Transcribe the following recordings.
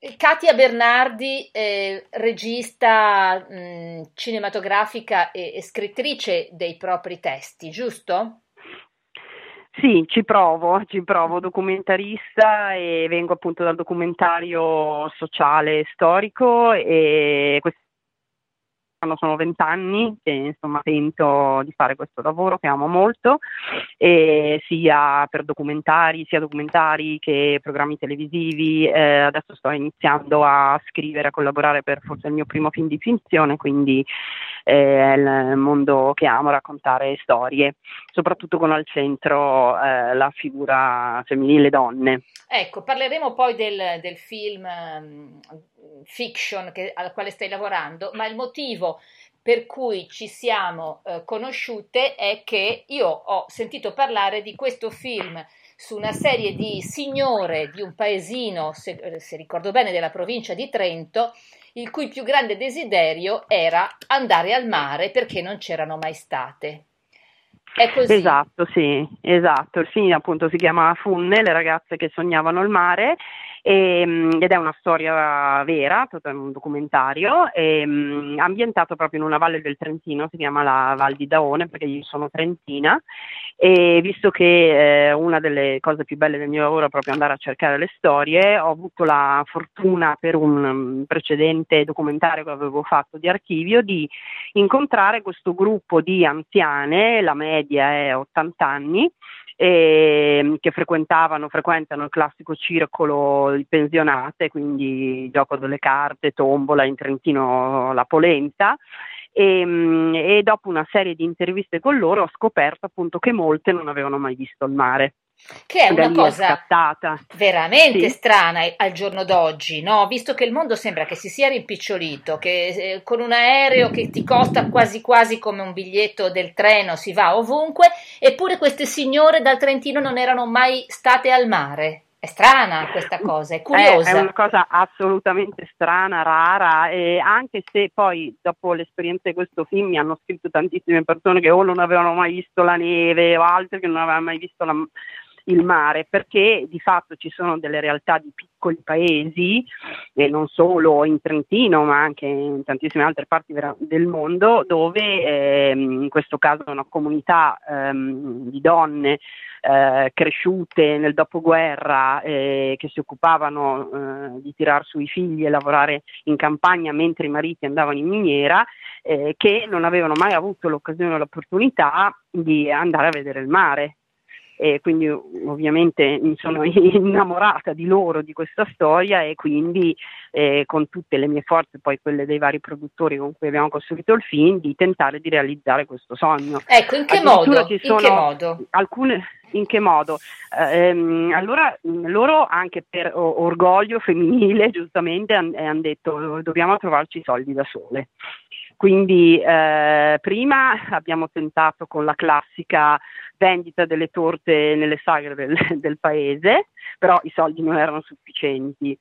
Katia Bernardi, regista cinematografica e scrittrice dei propri testi, giusto? Sì, ci provo, documentarista e vengo appunto dal documentario sociale e storico e quest'anno sono 20 anni che insomma tento di fare questo lavoro che amo molto, e sia per documentari, sia documentari che programmi televisivi. Adesso sto iniziando a scrivere, a collaborare per forse il mio primo film di finzione, quindi è il mondo che amo, raccontare storie, soprattutto con al centro la figura femminile donne. Ecco, parleremo poi del film fiction al quale stai lavorando, ma il motivo per cui ci siamo conosciute è che io ho sentito parlare di questo film su una serie di signore di un paesino, se ricordo bene, della provincia di Trento, il cui più grande desiderio era andare al mare perché non c'erano mai state. È così? Esatto, sì, esatto. Il film appunto si chiama Funne, le ragazze che sognavano il mare, ed è una storia vera, un documentario, ambientato proprio in una valle del Trentino, si chiama la Val di Daone, perché io sono trentina, e visto che una delle cose più belle del mio lavoro è proprio andare a cercare le storie, ho avuto la fortuna per un precedente documentario che avevo fatto di archivio di incontrare questo gruppo di anziane, la media è 80 anni, che frequentano il classico circolo di pensionate, quindi gioco delle carte, tombola, in Trentino la polenta. E dopo una serie di interviste con loro ho scoperto appunto che molte non avevano mai visto il mare. Che è Da una lì è cosa scattata. veramente Sì. strana al giorno d'oggi, no? Visto che il mondo sembra che si sia rimpicciolito, che con un aereo che ti costa quasi quasi come un biglietto del treno si va ovunque, eppure queste signore dal Trentino non erano mai state al mare. È strana questa cosa, è È curiosa. una cosa assolutamente strana, rara, e anche se poi dopo l'esperienza di questo film mi hanno scritto tantissime persone che o non avevano mai visto la neve o altre che non avevano mai visto il mare, perché di fatto ci sono delle realtà di piccoli paesi, e non solo in Trentino ma anche in tantissime altre parti del mondo, dove in questo caso una comunità di donne cresciute nel dopoguerra, che si occupavano di tirar su i figli e lavorare in campagna mentre i mariti andavano in miniera, che non avevano mai avuto l'occasione o l'opportunità di andare a vedere il mare. E quindi ovviamente mi sono innamorata di loro, di questa storia, e quindi con tutte le mie forze, poi quelle dei vari produttori con cui abbiamo costruito il film, di tentare di realizzare questo sogno. Ecco, in che Addirittura modo? ci In che sono modo? alcune. In che modo? Allora loro, anche per orgoglio femminile, giustamente hanno detto dobbiamo trovarci i soldi da sole. Quindi prima abbiamo tentato con la classica vendita delle torte nelle sagre del paese, però i soldi non erano sufficienti.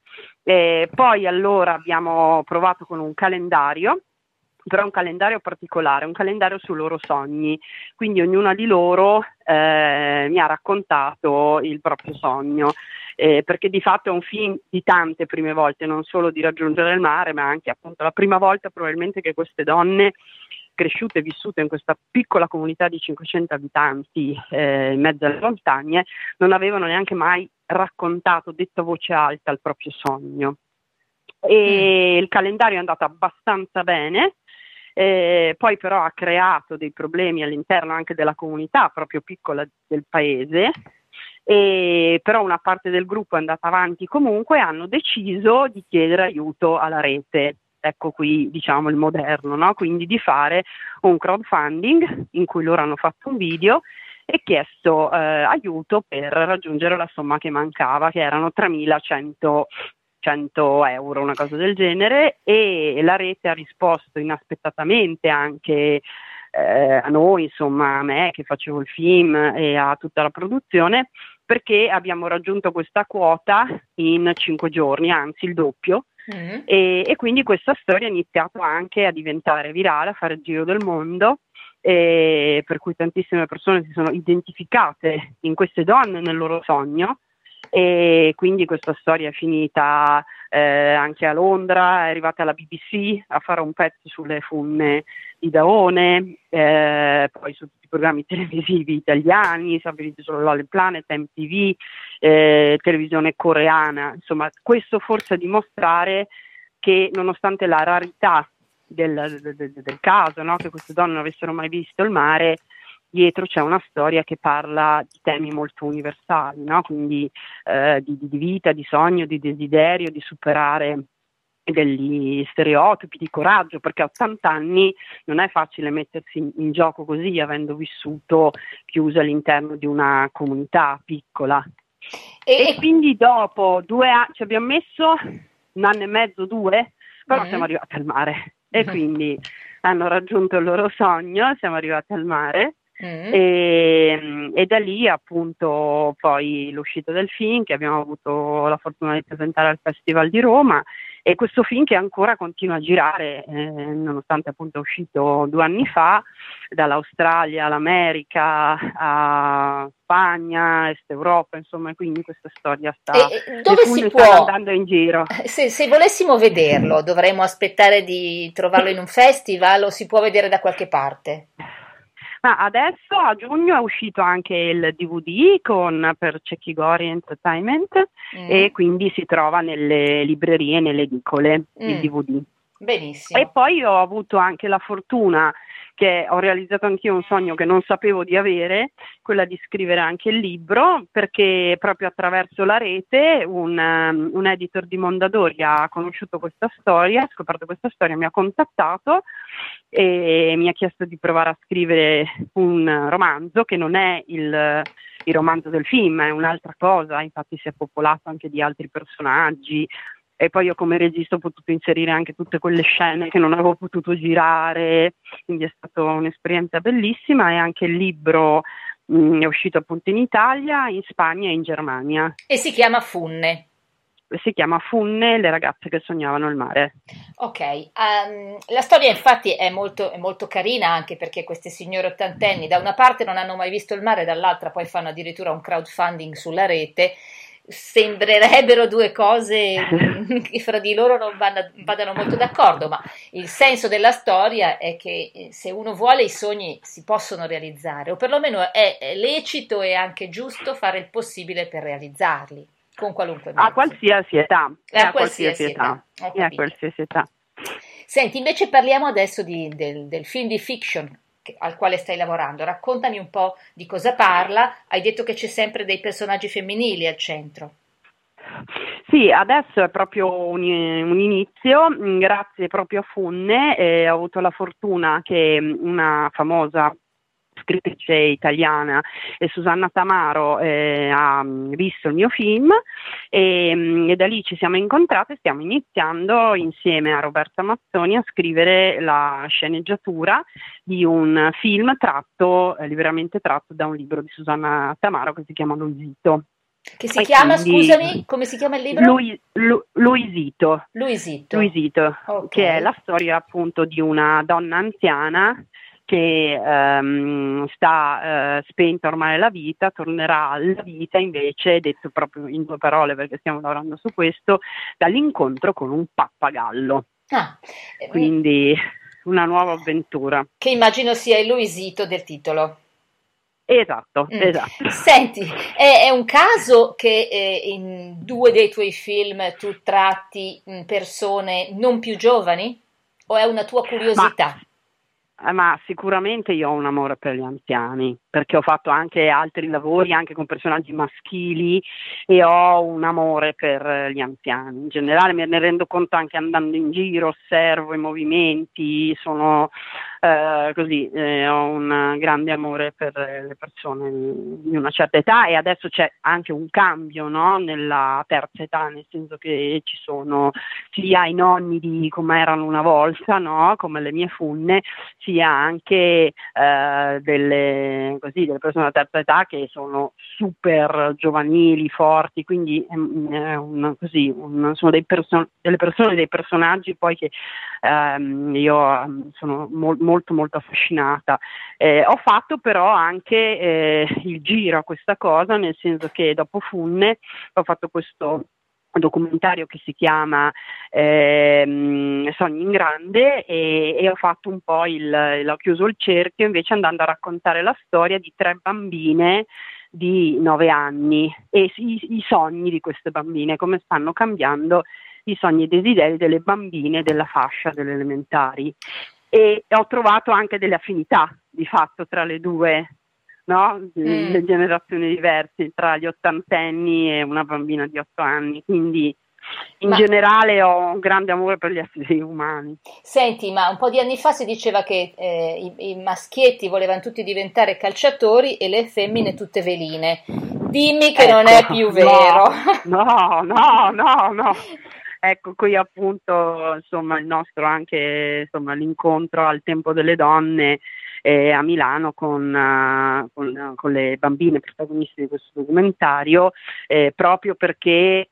Poi allora abbiamo provato con un calendario, però un calendario particolare, un calendario sui loro sogni. Quindi ognuna di loro mi ha raccontato il proprio sogno, perché di fatto è un film di tante prime volte, non solo di raggiungere il mare, ma anche appunto la prima volta probabilmente che queste donne cresciute e vissute in questa piccola comunità di 500 abitanti in mezzo alle montagne non avevano neanche mai raccontato, detto a voce alta, il proprio sogno. Mm. E il calendario è andato abbastanza bene. Poi però ha creato dei problemi all'interno anche della comunità proprio piccola del paese, però una parte del gruppo è andata avanti comunque, hanno deciso di chiedere aiuto alla rete. Ecco qui diciamo il moderno, no? Quindi di fare un crowdfunding in cui loro hanno fatto un video e chiesto aiuto per raggiungere la somma che mancava, che erano 3.100 euro, una cosa del genere, e la rete ha risposto inaspettatamente anche a noi, insomma a me che facevo il film e a tutta la produzione, perché abbiamo raggiunto questa quota in 5 giorni, anzi il doppio. Mm. E quindi questa storia ha iniziato anche a diventare virale, a fare il giro del mondo, per cui tantissime persone si sono identificate in queste donne nel loro sogno, e quindi questa storia è finita anche a Londra, è arrivata alla BBC a fare un pezzo sulle funne di Daone, poi su tutti i programmi televisivi italiani, stabiliti solo Lolly Planet, MTV, televisione coreana, insomma questo forse a dimostrare che nonostante la rarità del caso, no, che queste donne non avessero mai visto il mare, dietro c'è una storia che parla di temi molto universali, no? Quindi di vita, di sogno, di desiderio, di superare degli stereotipi, di coraggio, perché a 80 anni non è facile mettersi in gioco così, avendo vissuto chiusa all'interno di una comunità piccola. E quindi dopo 2 anni, ci abbiamo messo 1 anno e mezzo, 2, però siamo arrivati al mare e quindi hanno raggiunto il loro sogno, siamo arrivati al mare. E da lì appunto poi l'uscita del film che abbiamo avuto la fortuna di presentare al Festival di Roma, e questo film che ancora continua a girare nonostante appunto è uscito 2 anni fa, dall'Australia all'America a Spagna, Est Europa, insomma, quindi questa storia dove si può andando in giro. Se volessimo vederlo, dovremmo aspettare di trovarlo in un festival o si può vedere da qualche parte? Ma adesso a giugno è uscito anche il DVD per Cecchi Gori Entertainment e quindi si trova nelle librerie, nelle edicole, il DVD. Benissimo. E poi ho avuto anche la fortuna che ho realizzato anch'io un sogno che non sapevo di avere, quella di scrivere anche il libro, perché proprio attraverso la rete un editor di Mondadori ha conosciuto questa storia, ha scoperto questa storia, mi ha contattato e mi ha chiesto di provare a scrivere un romanzo che non è il romanzo del film, è un'altra cosa, infatti si è popolato anche di altri personaggi. E poi io come regista ho potuto inserire anche tutte quelle scene che non avevo potuto girare, quindi è stata un'esperienza bellissima, e anche il libro è uscito appunto in Italia, in Spagna e in Germania. E si chiama Funne. Si chiama Funne, le ragazze che sognavano il mare. Ok, la storia infatti è molto carina, anche perché queste signore ottantenni da una parte non hanno mai visto il mare, dall'altra poi fanno addirittura un crowdfunding sulla rete. Sembrerebbero due cose che fra di loro non vadano molto d'accordo, ma il senso della storia è che se uno vuole i sogni si possono realizzare, o perlomeno è lecito e anche giusto fare il possibile per realizzarli, con qualunque mezzo. A qualsiasi età. A qualsiasi età. A qualsiasi età. Senti, invece parliamo adesso del film di fiction al quale stai lavorando. Raccontami un po' di cosa parla. Hai detto che c'è sempre dei personaggi femminili al centro. Sì, adesso è proprio un inizio, grazie proprio a Funne, ho avuto la fortuna che una famosa scrittrice italiana, Susanna Tamaro, ha visto il mio film e da lì ci siamo incontrate e stiamo iniziando insieme a Roberta Mazzoni a scrivere la sceneggiatura di un film liberamente tratto da un libro di Susanna Tamaro che si chiama Luisito. Che si chiama, scusami, come si chiama il libro? Luisito. Luisito. Okay. Che è la storia appunto di una donna anziana che sta spenta ormai nella vita, tornerà alla vita invece, detto proprio in 2 parole perché stiamo lavorando su questo, dall'incontro con un pappagallo. Quindi una nuova avventura. Che immagino sia il Luisito del titolo. Esatto. Senti, è un caso che in 2 dei tuoi film tu tratti persone non più giovani? O è una tua curiosità? Ma sicuramente io ho un amore per gli anziani, perché ho fatto anche altri lavori anche con personaggi maschili e ho un amore per gli anziani. In generale me ne rendo conto anche andando in giro, osservo i movimenti, sono così, ho un grande amore per le persone di una certa età, e adesso c'è anche un cambio, no? Nella terza età, nel senso che ci sono sia i nonni di come erano una volta, no? Come le mie funne, sia anche delle così, delle persone della terza età che sono super giovanili, forti, quindi sono delle persone, dei personaggi poi che io sono molto molto affascinata. Ho fatto però anche il giro a questa cosa, nel senso che dopo Funne ho fatto questo documentario che si chiama Sogni in Grande e ho fatto un po' ho chiuso il cerchio invece andando a raccontare la storia di 3 bambine di 9 anni e i sogni di queste bambine, come stanno cambiando i sogni e i desideri delle bambine della fascia delle elementari. E ho trovato anche delle affinità di fatto tra le due, no? Le generazioni diverse, tra gli ottantenni e una bambina di 8 anni, quindi in generale ho un grande amore per gli esseri umani. Senti, ma un po' di anni fa si diceva che i maschietti volevano tutti diventare calciatori e le femmine tutte veline. Dimmi che non è più vero. No. Ecco, qui appunto, insomma, il nostro anche, insomma, l'incontro al Tempo delle Donne a Milano con le bambine protagoniste di questo documentario, proprio perché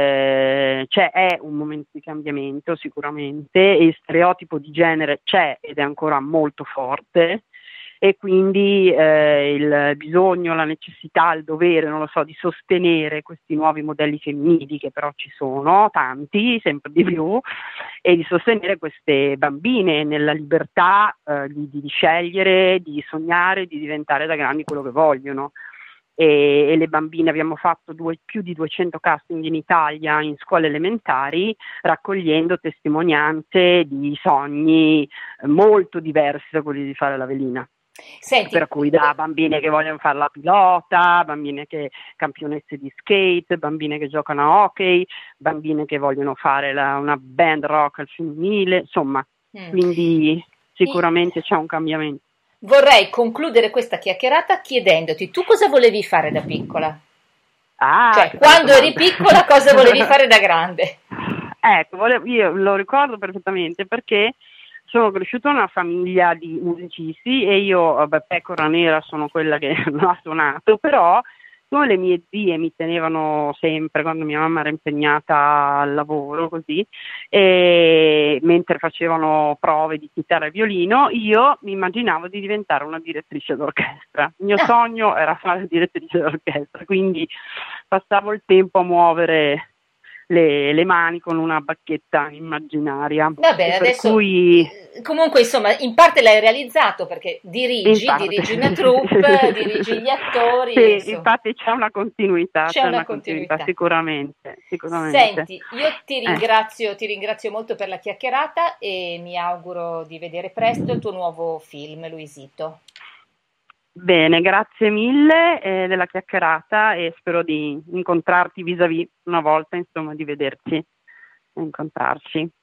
è un momento di cambiamento sicuramente, e il stereotipo di genere c'è ed è ancora molto forte, e quindi il bisogno, la necessità, il dovere, non lo so, di sostenere questi nuovi modelli femminili, che però ci sono tanti, sempre di più, e di sostenere queste bambine nella libertà di scegliere, di sognare, di diventare da grandi quello che vogliono. E le bambine, abbiamo fatto più di 200 casting in Italia in scuole elementari, raccogliendo testimonianze di sogni molto diversi da quelli di fare la velina. Senti, per cui da bambine che vogliono fare la pilota, bambine che campionesse di skate, bambine che giocano a hockey, bambine che vogliono fare una band rock al femminile, insomma, quindi sicuramente c'è un cambiamento. Vorrei concludere questa chiacchierata chiedendoti, tu cosa volevi fare da piccola? Cioè, quando eri piccola cosa volevi fare da grande? Ecco, io lo ricordo perfettamente perché sono cresciuta in una famiglia di musicisti e io, pecora nera, sono quella che non ha suonato, però le mie zie mi tenevano sempre quando mia mamma era impegnata al lavoro, così, e mentre facevano prove di chitarra e violino, io mi immaginavo di diventare una direttrice d'orchestra. Il mio sogno era fare direttrice d'orchestra, quindi passavo il tempo a muovere le mani con una bacchetta immaginaria. Va bene, adesso comunque insomma in parte l'hai realizzato perché dirigi una troupe, dirigi gli attori. Sì, infatti c'è una continuità, sicuramente. Senti, io ti ringrazio molto per la chiacchierata e mi auguro di vedere presto il tuo nuovo film, Luisito. Bene, grazie mille della chiacchierata e spero di incontrarti vis-à-vis una volta, insomma, di vederci e incontrarci.